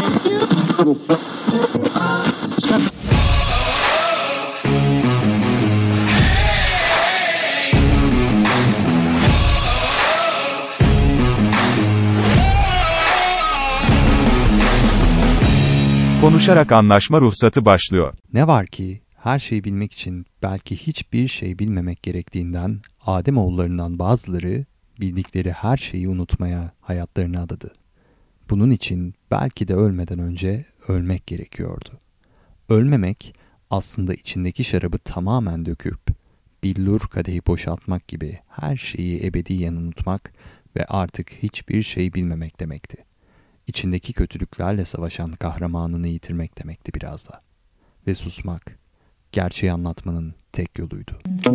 Konuşarak anlaşma ruhsatı başlıyor. Ne var ki her şeyi bilmek için belki hiçbir şey bilmemek gerektiğinden Ademoğullarından bazıları bildikleri her şeyi unutmaya hayatlarını adadı. Bunun için belki de ölmeden önce ölmek gerekiyordu. Ölmemek aslında içindeki şarabı tamamen döküp billur kadehi boşaltmak gibi her şeyi ebediyen unutmak ve artık hiçbir şey bilmemek demekti. İçindeki kötülüklerle savaşan kahramanını yitirmek demekti biraz da. Ve susmak, gerçeği anlatmanın tek yoluydu.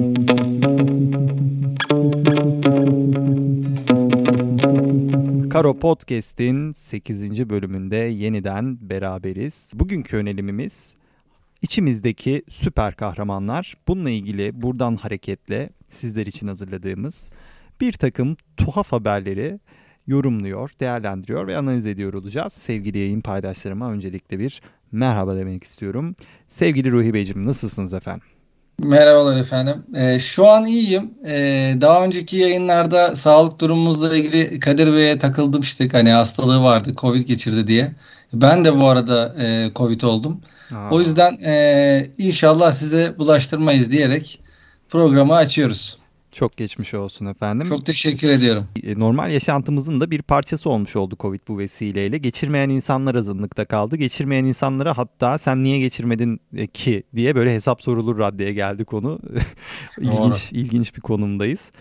Karo Podcast'in 8. bölümünde yeniden beraberiz. Bugünkü önerimimiz içimizdeki süper kahramanlar. Bununla ilgili buradan hareketle sizler için hazırladığımız bir takım tuhaf haberleri yorumluyor, değerlendiriyor ve analiz ediyor olacağız. Sevgili yayın paydaşlarıma öncelikle bir merhaba demek istiyorum. Sevgili Ruhi Beyciğim, nasılsınız efendim? Merhabalar efendim. Şu an iyiyim. Daha önceki yayınlarda sağlık durumumuzla ilgili Kadir Bey'e takılmıştık. Hani hastalığı vardı, Covid geçirdi diye. Ben de bu arada Covid oldum. O yüzden inşallah size bulaştırmayız diyerek programı açıyoruz. Çok geçmiş olsun efendim. Çok teşekkür ediyorum. Normal yaşantımızın da bir parçası olmuş oldu Covid bu vesileyle. Geçirmeyen insanlar azınlıkta kaldı. Geçirmeyen insanlara hatta sen niye geçirmedin ki diye böyle hesap sorulur raddeye geldi konu. İlginç bir konumdayız.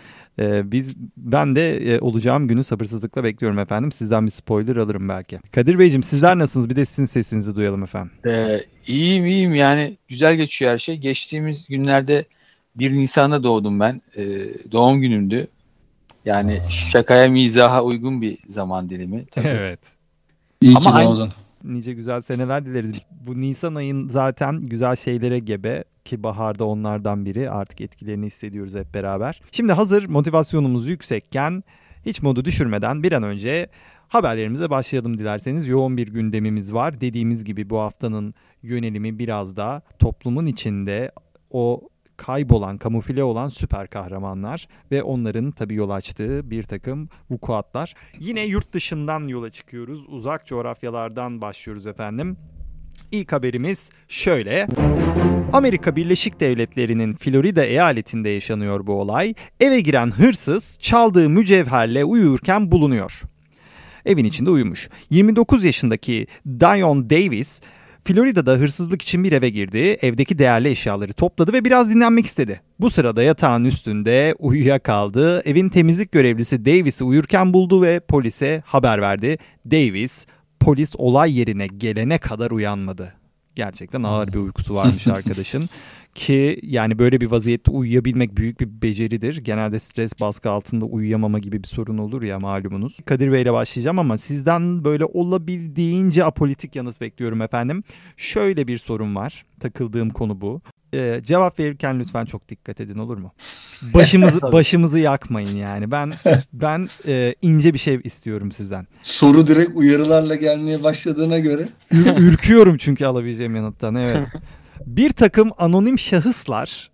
Ben de olacağım günü sabırsızlıkla bekliyorum efendim. Sizden bir spoiler alırım belki. Kadir Beyciğim, sizler nasılsınız? Bir de sizin sesinizi duyalım efendim. İyiyim yani güzel geçiyor her şey. Geçtiğimiz günlerde 1 Nisan'da doğdum ben. Doğum günümdü. Yani şakaya mizaha uygun bir zaman dilimi. Tabii. Evet. İyi ki doğdun. Nice güzel seneler dileriz. Bu Nisan ayın zaten güzel şeylere gebe ki baharda onlardan biri. Artık etkilerini hissediyoruz hep beraber. Şimdi hazır motivasyonumuz yüksekken hiç modu düşürmeden bir an önce haberlerimize başlayalım dilerseniz. Yoğun bir gündemimiz var. Dediğimiz gibi bu haftanın yönelimi biraz da toplumun içinde o kaybolan, kamufle olan süper kahramanlar ve onların tabii yol açtığı bir takım vukuatlar. Yine yurt dışından yola çıkıyoruz. Uzak coğrafyalardan başlıyoruz efendim. İlk haberimiz şöyle. Amerika Birleşik Devletleri'nin Florida eyaletinde yaşanıyor bu olay. Eve giren hırsız çaldığı mücevherle uyurken bulunuyor. Evin içinde uyumuş. 29 yaşındaki Dion Davis Florida'da hırsızlık için bir eve girdi, evdeki değerli eşyaları topladı ve biraz dinlenmek istedi. Bu sırada yatağın üstünde uyuyakaldı. Evin temizlik görevlisi Davis'i uyurken buldu ve polise haber verdi. Davis, polis olay yerine gelene kadar uyanmadı. Gerçekten ağır bir uykusu varmış arkadaşın. Ki yani böyle bir vaziyette uyuyabilmek büyük bir beceridir. Genelde stres baskı altında uyuyamama gibi bir sorun olur ya malumunuz. Kadir Bey'le başlayacağım ama sizden böyle olabildiğince apolitik yanıt bekliyorum efendim. Şöyle bir sorun var. Takıldığım konu bu. Cevap verirken lütfen çok dikkat edin, olur mu? Başımızı yakmayın yani. Ben ince bir şey istiyorum sizden. Soru direkt uyarılarla gelmeye başladığına göre. Ürküyorum çünkü alabileceğim yanıttan, evet. Bir takım anonim şahıslar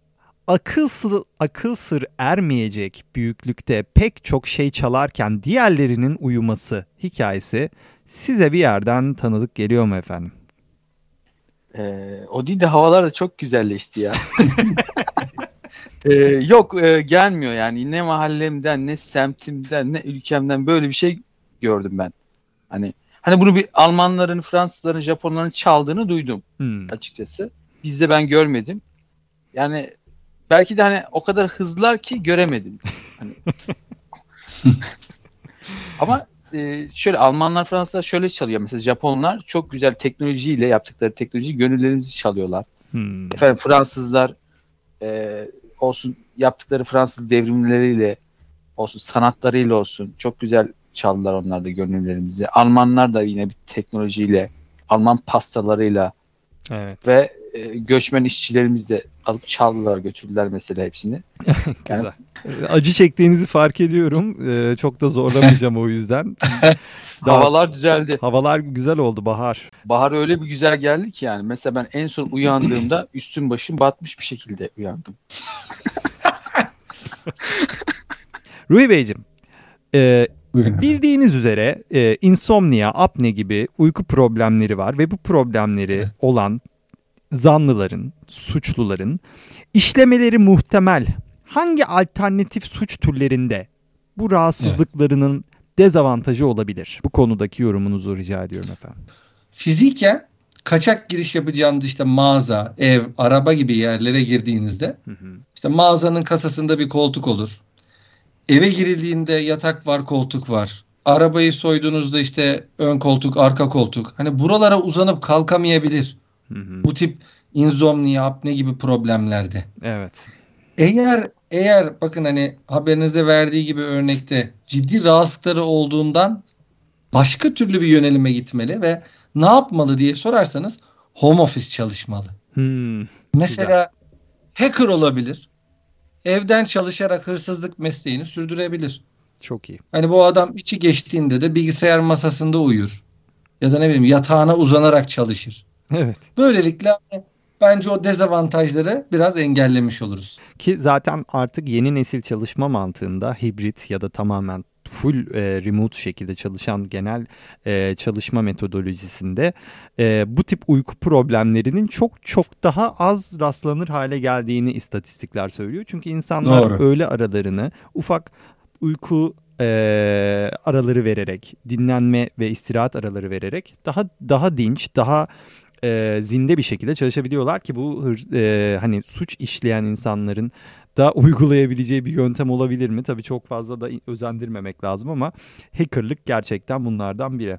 akıl sır ermeyecek büyüklükte pek çok şey çalarken diğerlerinin uyuması hikayesi size bir yerden tanıdık geliyor mu efendim? O değil de havalar da çok güzelleşti ya. Yok gelmiyor yani. Ne mahallemden, ne semtimden, ne ülkemden böyle bir şey gördüm ben. Hani bunu bir Almanların, Fransızların, Japonların çaldığını duydum açıkçası. Bizde ben görmedim. Yani belki de hani o kadar hızlılar ki göremedim. Hani. Ama şöyle Almanlar, Fransızlar şöyle çalıyor. Mesela Japonlar çok güzel teknolojiyle yaptıkları teknoloji gönüllerimizi çalıyorlar. Efendim Fransızlar olsun yaptıkları Fransız devrimleriyle olsun, sanatlarıyla olsun çok güzel çaldılar onlar da gönüllerimizi. Almanlar da yine bir teknolojiyle, Alman pastalarıyla evet. Ve göçmen işçilerimiz de alıp çaldılar, götürdüler mesela hepsini. Güzel. Acı çektiğinizi fark ediyorum. Çok da zorlamayacağım o yüzden. Havalar düzeldi. Havalar güzel oldu, bahar. Bahar öyle bir güzel geldi ki yani. Mesela ben en son uyandığımda üstüm başım batmış bir şekilde uyandım. Ruhi Beyciğim, Buyurun. bildiğiniz üzere insomnia, apne gibi uyku problemleri var ve bu problemleri olan zanlıların, suçluların işlemeleri muhtemel hangi alternatif suç türlerinde bu rahatsızlıklarının dezavantajı olabilir? Bu konudaki yorumunuzu rica ediyorum efendim. Fiziken kaçak giriş yapacağınız işte mağaza, ev, araba gibi yerlere girdiğinizde işte mağazanın kasasında bir koltuk olur. Eve girildiğinde yatak var, koltuk var. Arabayı soyduğunuzda işte ön koltuk, arka koltuk. Hani buralara uzanıp kalkamayabilir. Bu tip insomnia, apne gibi problemlerde. Evet. Eğer bakın hani haberinize verdiği gibi örnekte ciddi rahatsızlıkları olduğundan başka türlü bir yönelime gitmeli ve ne yapmalı diye sorarsanız home office çalışmalı. Mesela hacker olabilir. Evden çalışarak hırsızlık mesleğini sürdürebilir. Çok iyi. Hani bu adam içi geçtiğinde de bilgisayar masasında uyur. Ya da ne bileyim yatağına uzanarak çalışır. Evet. Böylelikle bence o dezavantajları biraz engellemiş oluruz. Ki zaten artık yeni nesil çalışma mantığında hibrit ya da tamamen full remote şekilde çalışan genel çalışma metodolojisinde bu tip uyku problemlerinin çok daha az rastlanır hale geldiğini istatistikler söylüyor. Çünkü insanlar Doğru. öğle aralarını ufak uyku araları vererek, dinlenme ve istirahat araları vererek daha dinç, daha zinde bir şekilde çalışabiliyorlar ki bu hani suç işleyen insanların da uygulayabileceği bir yöntem olabilir mi? Tabii çok fazla da özendirmemek lazım ama hackerlık gerçekten bunlardan biri.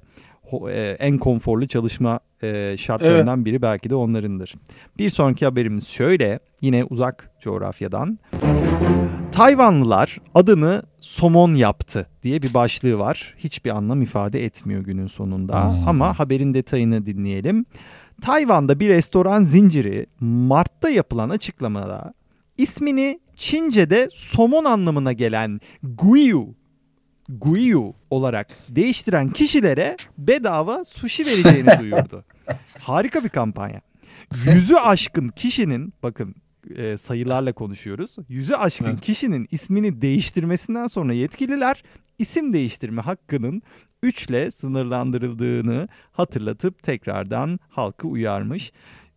En konforlu çalışma şartlarından biri belki de onlarındır. Bir sonraki haberimiz şöyle, yine uzak coğrafyadan. Tayvanlılar adını somon yaptı diye bir başlığı var. Hiçbir anlam ifade etmiyor günün sonunda ama haberin detayını dinleyelim. Tayvan'da bir restoran zinciri Mart'ta yapılan açıklamada ismini Çince'de somon anlamına gelen Guiyu olarak değiştiren kişilere bedava sushi vereceğini duyurdu. Harika bir kampanya. 100'ü aşkın kişinin, bakın sayılarla konuşuyoruz. 100'ü aşkın kişinin ismini değiştirmesinden sonra yetkililer isim değiştirme hakkının 3 ile sınırlandırıldığını hatırlatıp tekrardan halkı uyarmış.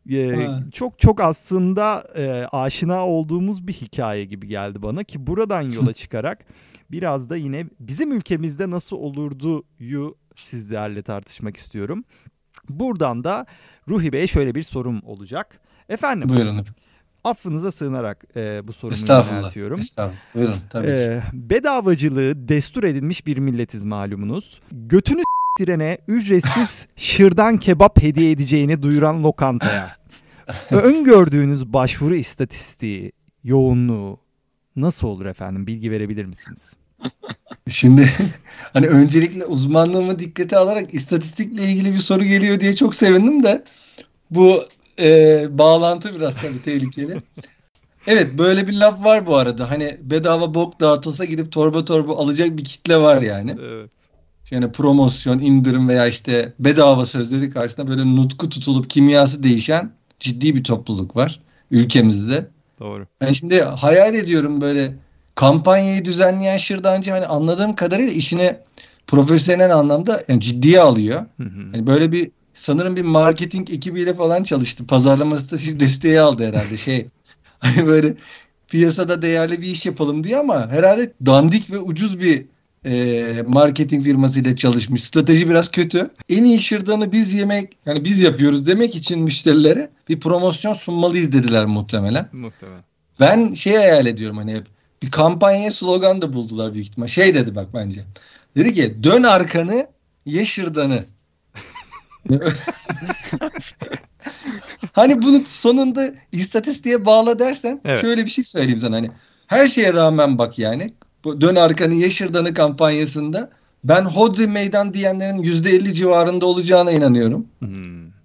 Çok aslında aşina olduğumuz bir hikaye gibi geldi bana ki buradan yola çıkarak biraz da yine bizim ülkemizde nasıl olurduyu sizlerle tartışmak istiyorum. Buradan da Ruhi Bey'e şöyle bir sorum olacak. Efendim, Buyurun. affınıza sığınarak bu sorumu yöneltiyorum. Estağfurullah. Buyurun tabii ki. Bedavacılığı destur edilmiş bir milletiz malumunuz. Götünü s**tirene ücretsiz şırdan kebap hediye edeceğini duyuran lokantaya öngördüğünüz başvuru istatistiği, yoğunluğu nasıl olur efendim? Bilgi verebilir misiniz? Şimdi hani öncelikle uzmanlığımı dikkate alarak istatistikle ilgili bir soru geliyor diye çok sevindim de bu bağlantı biraz tabii tehlikeli. Evet, böyle bir laf var bu arada. Hani bedava bok dağıtılsa gidip torba torba alacak bir kitle var yani. Evet. Yani promosyon, indirim veya işte bedava sözleri karşısında böyle nutku tutulup kimyası değişen ciddi bir topluluk var ülkemizde. Doğru. Ben şimdi hayal ediyorum böyle kampanyayı düzenleyen şırdancı, hani anladığım kadarıyla işini profesyonel anlamda yani ciddiye alıyor. Hani böyle bir sanırım bir marketing ekibiyle falan çalıştı. Pazarlama stratejisi desteği aldı herhalde Hani böyle piyasada değerli bir iş yapalım diye ama herhalde dandik ve ucuz bir marketing firmasıyla çalışmış. Strateji biraz kötü. En iyi şırdanı biz yapıyoruz demek için müşterilere bir promosyon sunmalıyız dediler muhtemelen. Muhtemelen. Ben hayal ediyorum hani hep bir kampanya slogan da buldular büyük ihtimal. Dedi bak bence. Dedi ki dön arkanı ye şırdanı. Hani bunu sonunda istatistiğe bağla dersen şöyle bir şey söyleyeyim sana, hani her şeye rağmen bak yani bu dön arkanı ye şırdanı kampanyasında ben hodri meydan diyenlerin %50 civarında olacağına inanıyorum.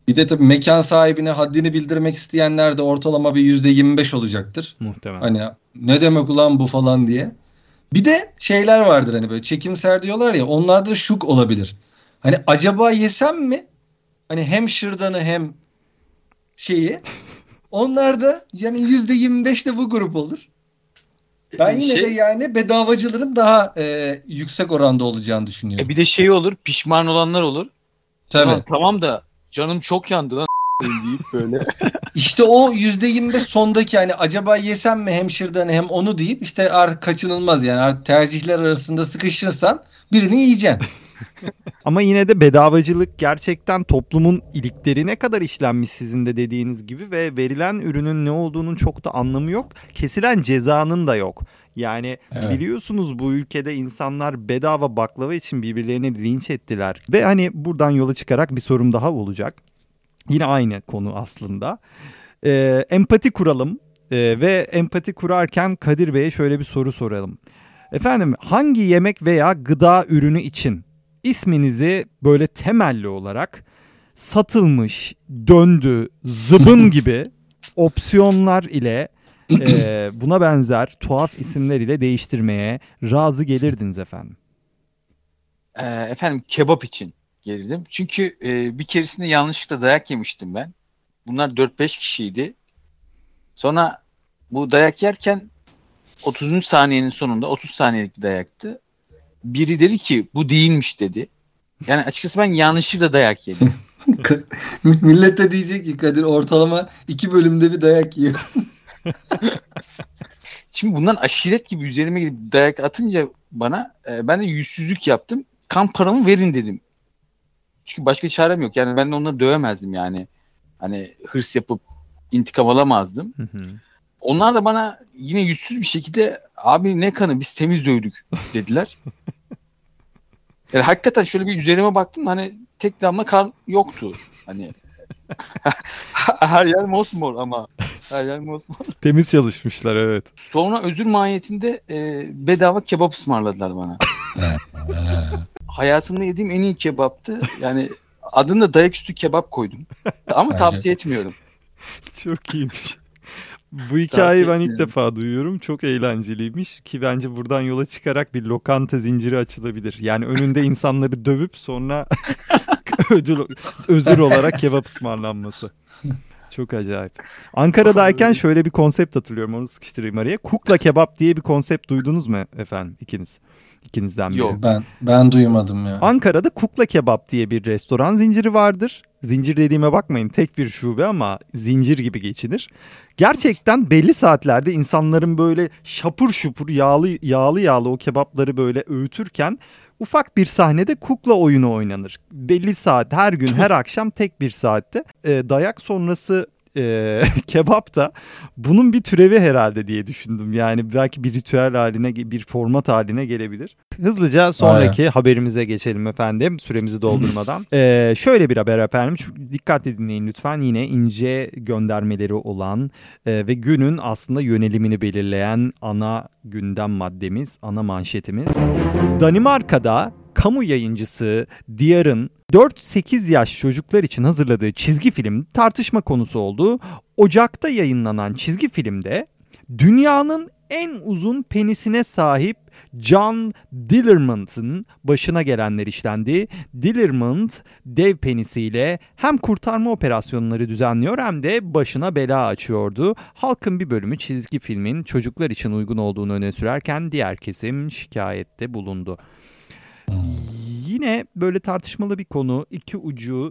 Bir de tabii mekan sahibine haddini bildirmek isteyenler de ortalama bir %25 olacaktır. Muhtemelen. Hani ne demek ulan bu falan diye. Bir de şeyler vardır hani böyle çekimser diyorlar ya, onlarda şuk olabilir. Hani acaba yesem mi? Hani hem şırdanı hem şeyi. Onlar da yani %25 de bu grup olur. Ben yine de yani bedavacıların daha yüksek oranda olacağını düşünüyorum. Bir de şey olur, pişman olanlar olur. Tabii. Ulan tamam da canım çok yandı lan deyip böyle. İşte o %25 sondaki hani acaba yesem mi hem şırdanı hem onu deyip işte artık kaçınılmaz yani artık tercihler arasında sıkışırsan birini yiyeceksin. Ama yine de bedavacılık gerçekten toplumun iliklerine kadar işlenmiş sizin de dediğiniz gibi ve verilen ürünün ne olduğunun çok da anlamı yok. Kesilen cezanın da yok. Yani Evet. biliyorsunuz bu ülkede insanlar bedava baklava için birbirlerini linç ettiler. Ve hani buradan yola çıkarak bir sorum daha olacak. Yine aynı konu aslında. Empati kuralım ve empati kurarken Kadir Bey'e şöyle bir soru soralım. Efendim hangi yemek veya gıda ürünü için isminizi böyle temelli olarak satılmış, döndü, zıbın gibi opsiyonlar ile buna benzer tuhaf isimler ile değiştirmeye razı gelirdiniz efendim? Efendim kebap için gelirdim. Çünkü bir keresinde yanlışlıkla dayak yemiştim ben. Bunlar 4-5 kişiydi. Sonra bu dayak yerken 30. saniyenin sonunda 30 saniyelik bir dayaktı. Biri dedi ki bu değilmiş dedi. Yani açıkçası ben yanlışlıkla dayak yedim. Millet de diyecek ki Kadir ortalama 2 bölümde bir dayak yiyor. Şimdi bundan aşiret gibi üzerime gidip dayak atınca bana ben de yüzsüzlük yaptım. Kan paramı verin dedim. Çünkü başka çarem yok. Yani ben de onları dövemezdim yani. Hani hırs yapıp intikam alamazdım. Onlar da bana yine yüzsüz bir şekilde abi ne kanı biz temiz dövdük dediler. Yani hakikaten şöyle bir üzerime baktım hani tek damla kan yoktu. Hani her yer mosmor ama her yer mosmor. Temiz çalışmışlar evet. Sonra özür mahiyetinde bedava kebap ısmarladılar bana. Hayatımda yediğim en iyi kebaptı. Yani adını da dayak üstü kebap koydum. Ama tavsiye etmiyorum. Çok iyiymiş. Bu hikayeyi ben ilk defa duyuyorum. Çok eğlenceliymiş ki bence buradan yola çıkarak bir lokanta zinciri açılabilir. Yani önünde insanları dövüp sonra özür olarak kebap ısmarlanması. Çok acayip. Ankara'dayken şöyle bir konsept hatırlıyorum. Onu sıkıştırayım araya. Kukla kebap diye bir konsept duydunuz mu efendim ikiniz? İkinizden biri. Yok. Ben duymadım ya. Ankara'da Kukla Kebap diye bir restoran zinciri vardır. Zincir dediğime bakmayın, tek bir şube ama zincir gibi geçinir. Gerçekten belli saatlerde insanların böyle şapur şupur yağlı o kebapları böyle öğütürken ufak bir sahnede kukla oyunu oynanır. Belli saat her gün her akşam tek bir saatte. Dayak sonrası kebap da bunun bir türevi herhalde diye düşündüm. Yani belki bir ritüel haline, bir format haline gelebilir. Hızlıca sonraki haberimize geçelim efendim. Süremizi doldurmadan. Şöyle bir haber efendim. Dikkatli dinleyin lütfen. Yine ince göndermeleri olan ve günün aslında yönelimini belirleyen ana gündem maddemiz, ana manşetimiz. Danimarka'da kamu yayıncısı Diyar'ın 4-8 yaş çocuklar için hazırladığı çizgi film tartışma konusu oldu. Ocak'ta yayınlanan çizgi filmde dünyanın en uzun penisine sahip John Dillermand'ın başına gelenler işlendi. Dillermand dev penisiyle hem kurtarma operasyonları düzenliyor hem de başına bela açıyordu. Halkın bir bölümü çizgi filmin çocuklar için uygun olduğunu öne sürerken diğer kesim şikayette bulundu. Yine böyle tartışmalı bir konu, iki ucu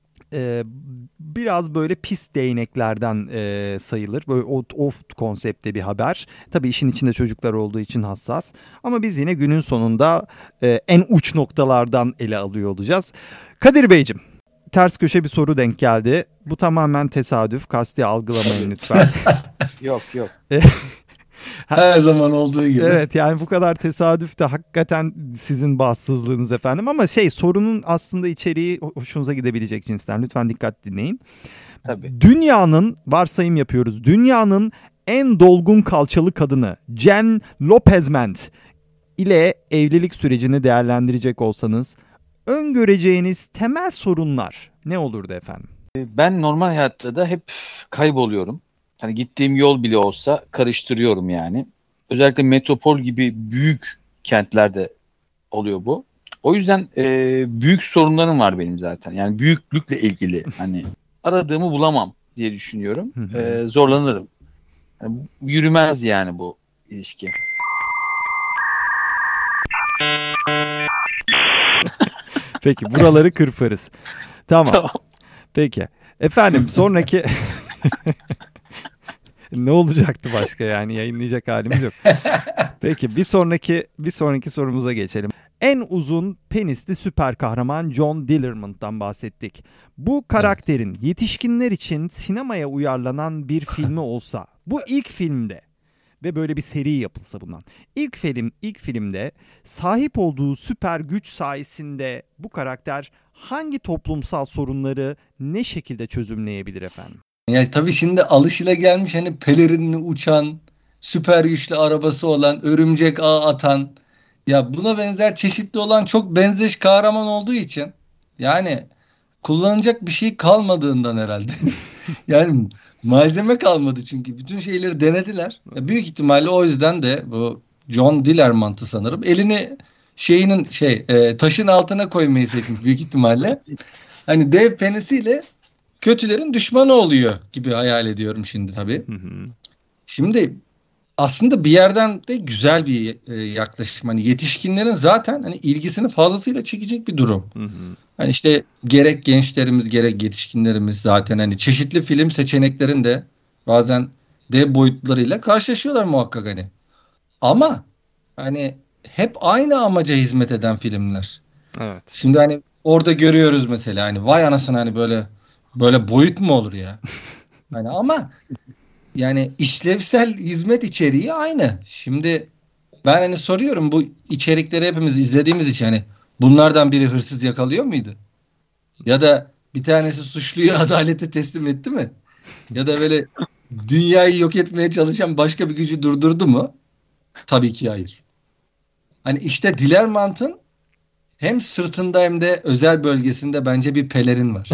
biraz böyle pis değneklerden sayılır. Böyle o konseptte bir haber. Tabii işin içinde çocuklar olduğu için hassas. Ama biz yine günün sonunda en uç noktalardan ele alıyor olacağız. Kadir Beyciğim, ters köşe bir soru denk geldi. Bu tamamen tesadüf, kasti algılamayın lütfen. Yok. Her zaman olduğu gibi. Evet yani bu kadar tesadüf de hakikaten sizin bahtsızlığınız efendim. Ama sorunun aslında içeriği hoşunuza gidebilecek cinsten. Lütfen dikkat dinleyin. Tabii. Dünyanın, varsayım yapıyoruz, dünyanın en dolgun kalçalı kadını Jen Lopezment ile evlilik sürecini değerlendirecek olsanız öngöreceğiniz temel sorunlar ne olurdu efendim? Ben normal hayatta da hep kayboluyorum. Hani gittiğim yol bile olsa karıştırıyorum yani. Özellikle metropol gibi büyük kentlerde oluyor bu. O yüzden büyük sorunlarım var benim zaten. Yani büyüklükle ilgili hani aradığımı bulamam diye düşünüyorum. Zorlanırım. Yani yürümez yani bu ilişki. Peki buraları kırparız. Tamam. Tamam. Peki. Efendim sonraki ne olacaktı başka yani yayınlayacak halimiz yok. Peki bir sonraki sorumuza geçelim. En uzun penisli süper kahraman John Dillermand'dan bahsettik. Bu karakterin yetişkinler için sinemaya uyarlanan bir filmi olsa, bu ilk filmde ve böyle bir seri yapılsa bundan. İlk filmde sahip olduğu süper güç sayesinde bu karakter hangi toplumsal sorunları ne şekilde çözümleyebilir efendim? Yani tabii şimdi alışılagelmiş hani pelerinli uçan, süper güçlü arabası olan, örümcek ağ atan, ya buna benzer çeşitli olan çok benzeş kahraman olduğu için yani kullanacak bir şey kalmadığından herhalde. Yani malzeme kalmadı çünkü bütün şeyleri denediler. Ya büyük ihtimalle o yüzden de bu John Dillermand'ı sanırım elini taşın altına koymayı seçmiş büyük ihtimalle. Hani dev penisiyle kötülerin düşmanı oluyor gibi hayal ediyorum şimdi tabii. Şimdi aslında bir yerden de güzel bir yaklaşım. Hani yetişkinlerin zaten hani ilgisini fazlasıyla çekecek bir durum. Hani işte gerek gençlerimiz gerek yetişkinlerimiz zaten hani çeşitli film seçeneklerinde bazen dev boyutlarıyla karşılaşıyorlar muhakkak hani. Ama hani hep aynı amaca hizmet eden filmler. Evet. Şimdi hani orada görüyoruz mesela hani vay anasını hani böyle boyut mu olur ya? Hani ama yani işlevsel hizmet içeriği aynı. Şimdi ben hani soruyorum bu içerikleri hepimiz izlediğimiz için hani bunlardan biri hırsız yakalıyor muydu? Ya da bir tanesi suçluyu adalete teslim etti mi? Ya da böyle dünyayı yok etmeye çalışan başka bir gücü durdurdu mu? Tabii ki hayır. Hani işte Dilermant'ın hem sırtında hem de özel bölgesinde bence bir pelerin var.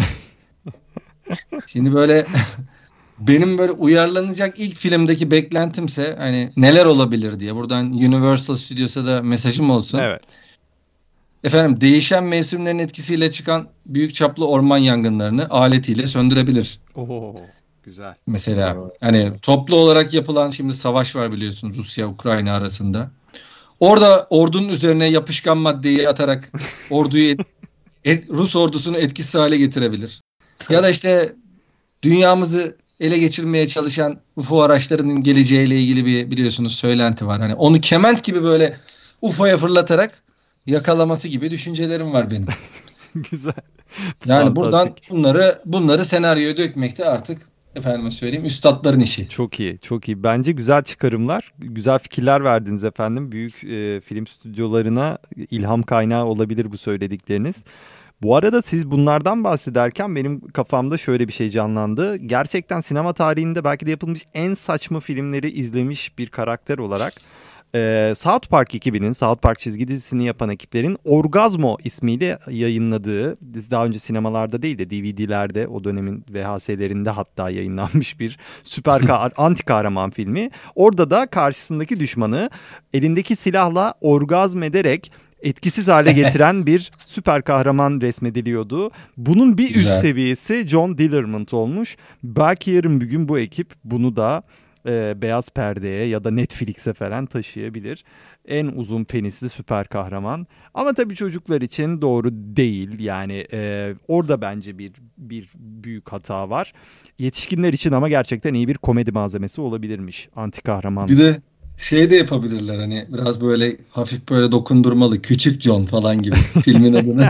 Şimdi böyle benim böyle uyarlanacak ilk filmdeki beklentimse hani neler olabilir diye buradan Universal Studios'a da mesajım olsun. Evet. Efendim değişen mevsimlerin etkisiyle çıkan büyük çaplı orman yangınlarını aletiyle söndürebilir. Oo, güzel. Mesela hani toplu olarak yapılan şimdi savaş var biliyorsun Rusya-Ukrayna arasında. Orada ordunun üzerine yapışkan maddeyi atarak orduyu Rus ordusunu etkisiz hale getirebilir. Ya da işte dünyamızı ele geçirmeye çalışan UFO araçlarının geleceğiyle ilgili bir biliyorsunuz söylenti var. Hani onu kement gibi böyle UFO'ya fırlatarak yakalaması gibi düşüncelerim var benim. Güzel. Yani Fantastik. buradan bunları senaryoya dökmek de artık efendime söyleyeyim üstatların işi. Çok iyi, çok iyi. Bence güzel çıkarımlar, güzel fikirler verdiniz efendim. Büyük film stüdyolarına ilham kaynağı olabilir bu söyledikleriniz. Bu arada siz bunlardan bahsederken benim kafamda şöyle bir şey canlandı. Gerçekten sinema tarihinde belki de yapılmış en saçma filmleri izlemiş bir karakter olarak South Park ekibinin, South Park çizgi dizisini yapan ekiplerin Orgazmo ismiyle yayınladığı, daha önce sinemalarda değil de DVD'lerde o dönemin VHS'lerinde hatta yayınlanmış bir anti kahraman filmi. Orada da karşısındaki düşmanı elindeki silahla orgazm ederek etkisiz hale getiren bir süper kahraman resmediliyordu. Bunun bir üst seviyesi John Dillermand olmuş. Belki yarın bir gün bu ekip bunu da beyaz perdeye ya da Netflix'e falan taşıyabilir. En uzun penisli süper kahraman. Ama tabii çocuklar için doğru değil. Yani orada bence bir büyük hata var. Yetişkinler için ama gerçekten iyi bir komedi malzemesi olabilirmiş anti kahraman. Bir de şey de yapabilirler hani biraz böyle hafif böyle dokundurmalı Küçük John falan gibi filmin adını.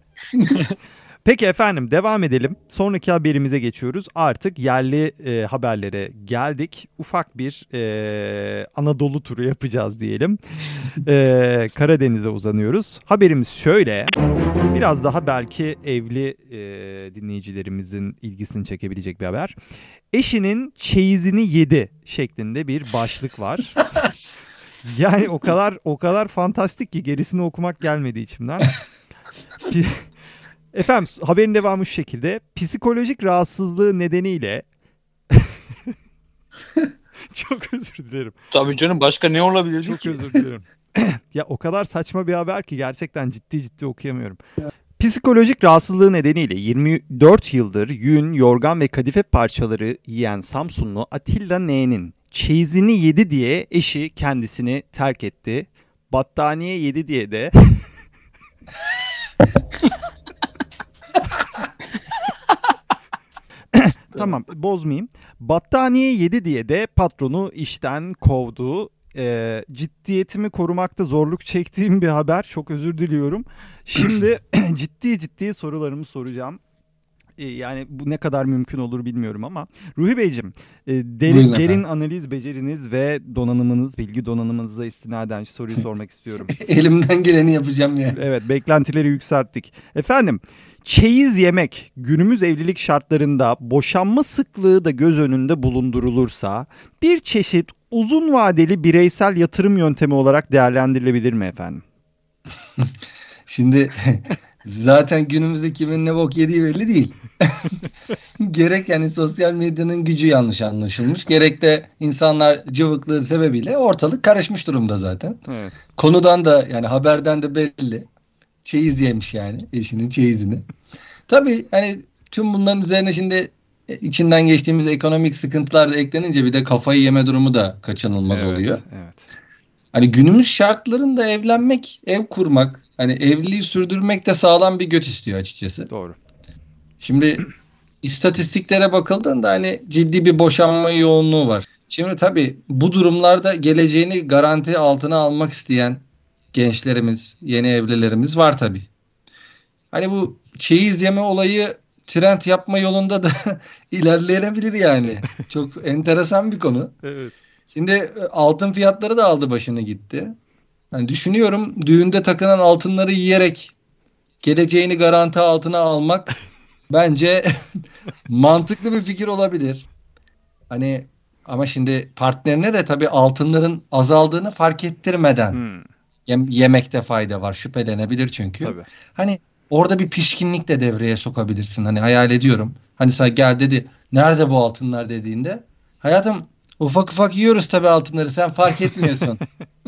Peki efendim devam edelim. Sonraki haberimize geçiyoruz. Artık yerli haberlere geldik. Ufak bir Anadolu turu yapacağız diyelim. Karadeniz'e uzanıyoruz. Haberimiz şöyle. Biraz daha belki evli dinleyicilerimizin ilgisini çekebilecek bir haber. Eşinin çeyizini yedi şeklinde bir başlık var. Yani o kadar fantastik ki gerisini okumak gelmedi içimden. Efendim haberin devamı şu şekilde. Psikolojik rahatsızlığı nedeniyle çok özür dilerim. Tabii canım, başka ne olabilir Çok ki? özür dilerim. Ya o kadar saçma bir haber ki gerçekten ciddi okuyamıyorum. Psikolojik rahatsızlığı nedeniyle 24 yıldır yün, yorgan ve kadife parçaları yiyen Samsunlu Atilla N'nin çeyizini yedi diye eşi kendisini terk etti. Battaniye yedi diye de tamam bozmayayım. Battaniye yedi diye de patronu işten kovdu. Ciddiyetimi korumakta zorluk çektiğim bir haber. Çok özür diliyorum. Şimdi ciddi sorularımı soracağım. Yani bu ne kadar mümkün olur bilmiyorum ama. Ruhi Beyciğim, derin analiz beceriniz ve donanımınız, bilgi donanımınıza istinaden şu soruyu sormak istiyorum. Elimden geleni yapacağım yani. Evet, beklentileri yükselttik. Efendim, çeyiz yemek günümüz evlilik şartlarında boşanma sıklığı da göz önünde bulundurulursa bir çeşit uzun vadeli bireysel yatırım yöntemi olarak değerlendirilebilir mi efendim? Şimdi zaten günümüzde kimin ne bok yediği belli değil. Gerek yani sosyal medyanın gücü yanlış anlaşılmış. Gerek de insanlar cıvıklığı sebebiyle ortalık karışmış durumda zaten. Evet. Konudan da yani haberden de belli. Çeyiz yemiş yani eşinin çeyizini. Tabii hani tüm bunların üzerine şimdi içinden geçtiğimiz ekonomik sıkıntılar da eklenince bir de kafayı yeme durumu da kaçınılmaz oluyor. Evet. Hani günümüz şartlarında evlenmek, ev kurmak, hani evliliği sürdürmek de sağlam bir göt istiyor açıkçası. Doğru. Şimdi istatistiklere bakıldığında hani ciddi bir boşanma yoğunluğu var. Şimdi tabii bu durumlarda geleceğini garanti altına almak isteyen gençlerimiz, yeni evlilerimiz var tabii. Hani bu çeyiz yeme olayı trend yapma yolunda da ilerleyebilir yani. Çok enteresan bir konu. Evet. Şimdi altın fiyatları da aldı başını gitti. Yani düşünüyorum düğünde takılan altınları yiyerek geleceğini garanti altına almak bence mantıklı bir fikir olabilir. Hani ama şimdi partnerine de tabii altınların azaldığını fark ettirmeden yemekte fayda var. Şüphelenebilir çünkü. Tabii. Hani orada bir pişkinlik de devreye sokabilirsin. Hani hayal ediyorum. Hani sana gel dedi nerede bu altınlar dediğinde hayatım ufak ufak yiyoruz tabii altınları sen fark etmiyorsun.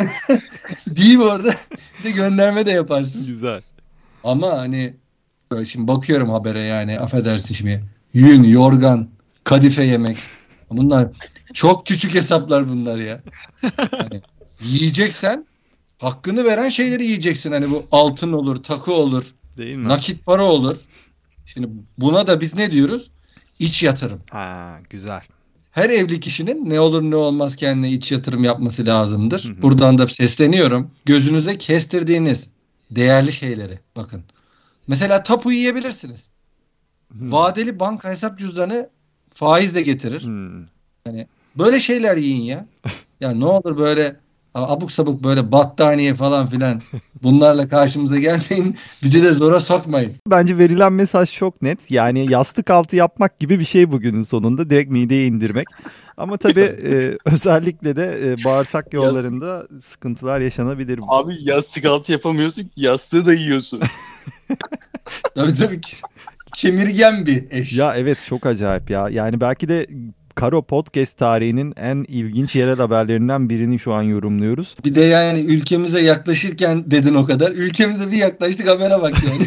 Değil orada. Bir de gönderme de yaparsın. Güzel. Ama hani böyle şimdi bakıyorum habere yani affedersin şimdi. Yün, yorgan, kadife yemek. Bunlar çok küçük hesaplar bunlar ya. Hani yiyeceksen hakkını veren şeyleri yiyeceksin. Hani bu altın olur, takı olur, Değil mi? nakit para olur. Şimdi buna da biz ne diyoruz? İç yatırım. Ha, güzel. Her evli kişinin ne olur ne olmaz kendine iç yatırım yapması lazımdır. Hı hı. Buradan da sesleniyorum. Gözünüze kestirdiğiniz değerli şeyleri bakın. Mesela tapu yiyebilirsiniz. Vadeli banka hesap cüzdanı faizle getirir. Hani böyle şeyler yiyin ya. Ya ne olur böyle abuk sabuk böyle battaniye falan filan bunlarla karşımıza gelmeyin. Bizi de zora sokmayın. Bence verilen mesaj çok net. Yani yastık altı yapmak gibi bir şey bugünün sonunda. Direkt mideye indirmek. Ama tabii özellikle de bağırsak yollarında sıkıntılar yaşanabilir. Abi yastık altı yapamıyorsun ki, yastığı da yiyorsun. Tabii ki. Kemirgen bir eş. Ya evet çok acayip ya. Yani belki de Karo Podcast tarihinin en ilginç yerel haberlerinden birini şu an yorumluyoruz. Bir de yani ülkemize yaklaşırken dedin o kadar. Ülkemize bir yaklaştık habere bak yani.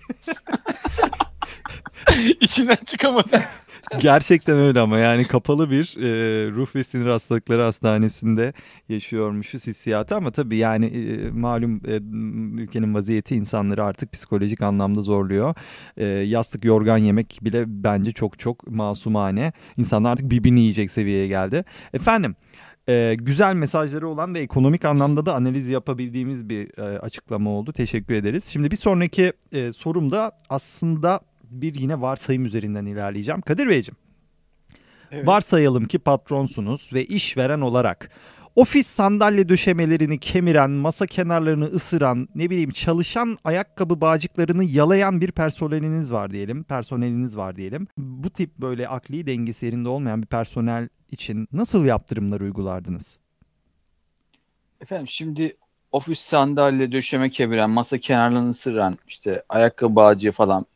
İçinden çıkamadım. Gerçekten öyle ama yani kapalı bir ruh ve sinir hastalıkları hastanesinde yaşıyormuşuz hissiyatı ama tabii yani malum ülkenin vaziyeti insanları artık psikolojik anlamda zorluyor. Yastık yorgan yemek bile bence çok masumane. İnsanlar artık birbirini yiyecek seviyeye geldi. Efendim güzel mesajları olan ve ekonomik anlamda da analiz yapabildiğimiz bir açıklama oldu. Teşekkür ederiz. Şimdi bir sonraki sorumda aslında bir yine varsayım üzerinden ilerleyeceğim. Kadir Beyciğim, evet. Varsayalım ki patronsunuz ve işveren olarak ofis sandalye döşemelerini kemiren, masa kenarlarını ısıran, ne bileyim çalışan ayakkabı bağcıklarını yalayan bir personeliniz var diyelim. Bu tip böyle akli dengesi yerinde olmayan bir personel için nasıl yaptırımlar uygulardınız? Efendim şimdi ofis sandalye döşeme kemiren, masa kenarlarını ısıran, işte ayakkabı bağcığı falan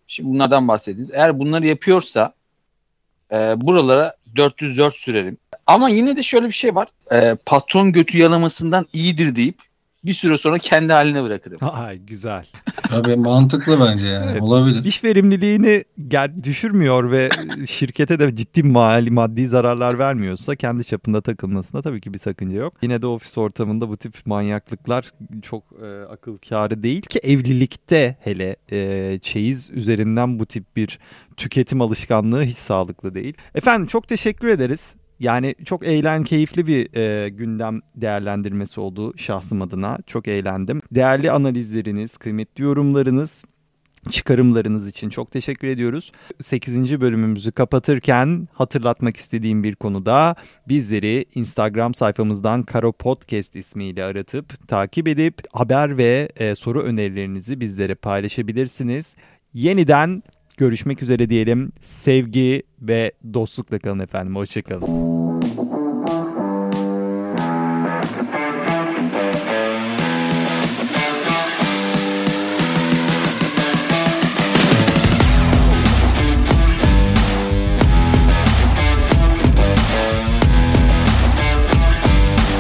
Şimdi bunlardan bahsediniz. Eğer bunları yapıyorsa buralara 404 sürerim. Ama yine de şöyle bir şey var. Patron götü yalamasından iyidir deyip bir süre sonra kendi haline bırakırım. Ay güzel. Tabii mantıklı bence yani. Evet. Olabilir. İş verimliliğini düşürmüyor ve şirkete de ciddi maddi zararlar vermiyorsa kendi çapında takılmasında tabii ki bir sakınca yok. Yine de ofis ortamında bu tip manyaklıklar çok akıl kârı değil ki evlilikte hele çeyiz üzerinden bu tip bir tüketim alışkanlığı hiç sağlıklı değil. Efendim çok teşekkür ederiz. Yani çok keyifli bir gündem değerlendirmesi oldu şahsım adına. Çok eğlendim. Değerli analizleriniz, kıymetli yorumlarınız, çıkarımlarınız için çok teşekkür ediyoruz. 8. bölümümüzü kapatırken hatırlatmak istediğim bir konuda bizleri Instagram sayfamızdan Karo Podcast ismiyle aratıp takip edip haber ve soru önerilerinizi bizlere paylaşabilirsiniz. Yeniden görüşmek üzere diyelim. Sevgi ve dostlukla kalın efendim. Hoşçakalın.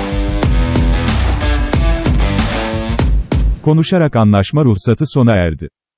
Konuşarak anlaşma ruhsatı sona erdi.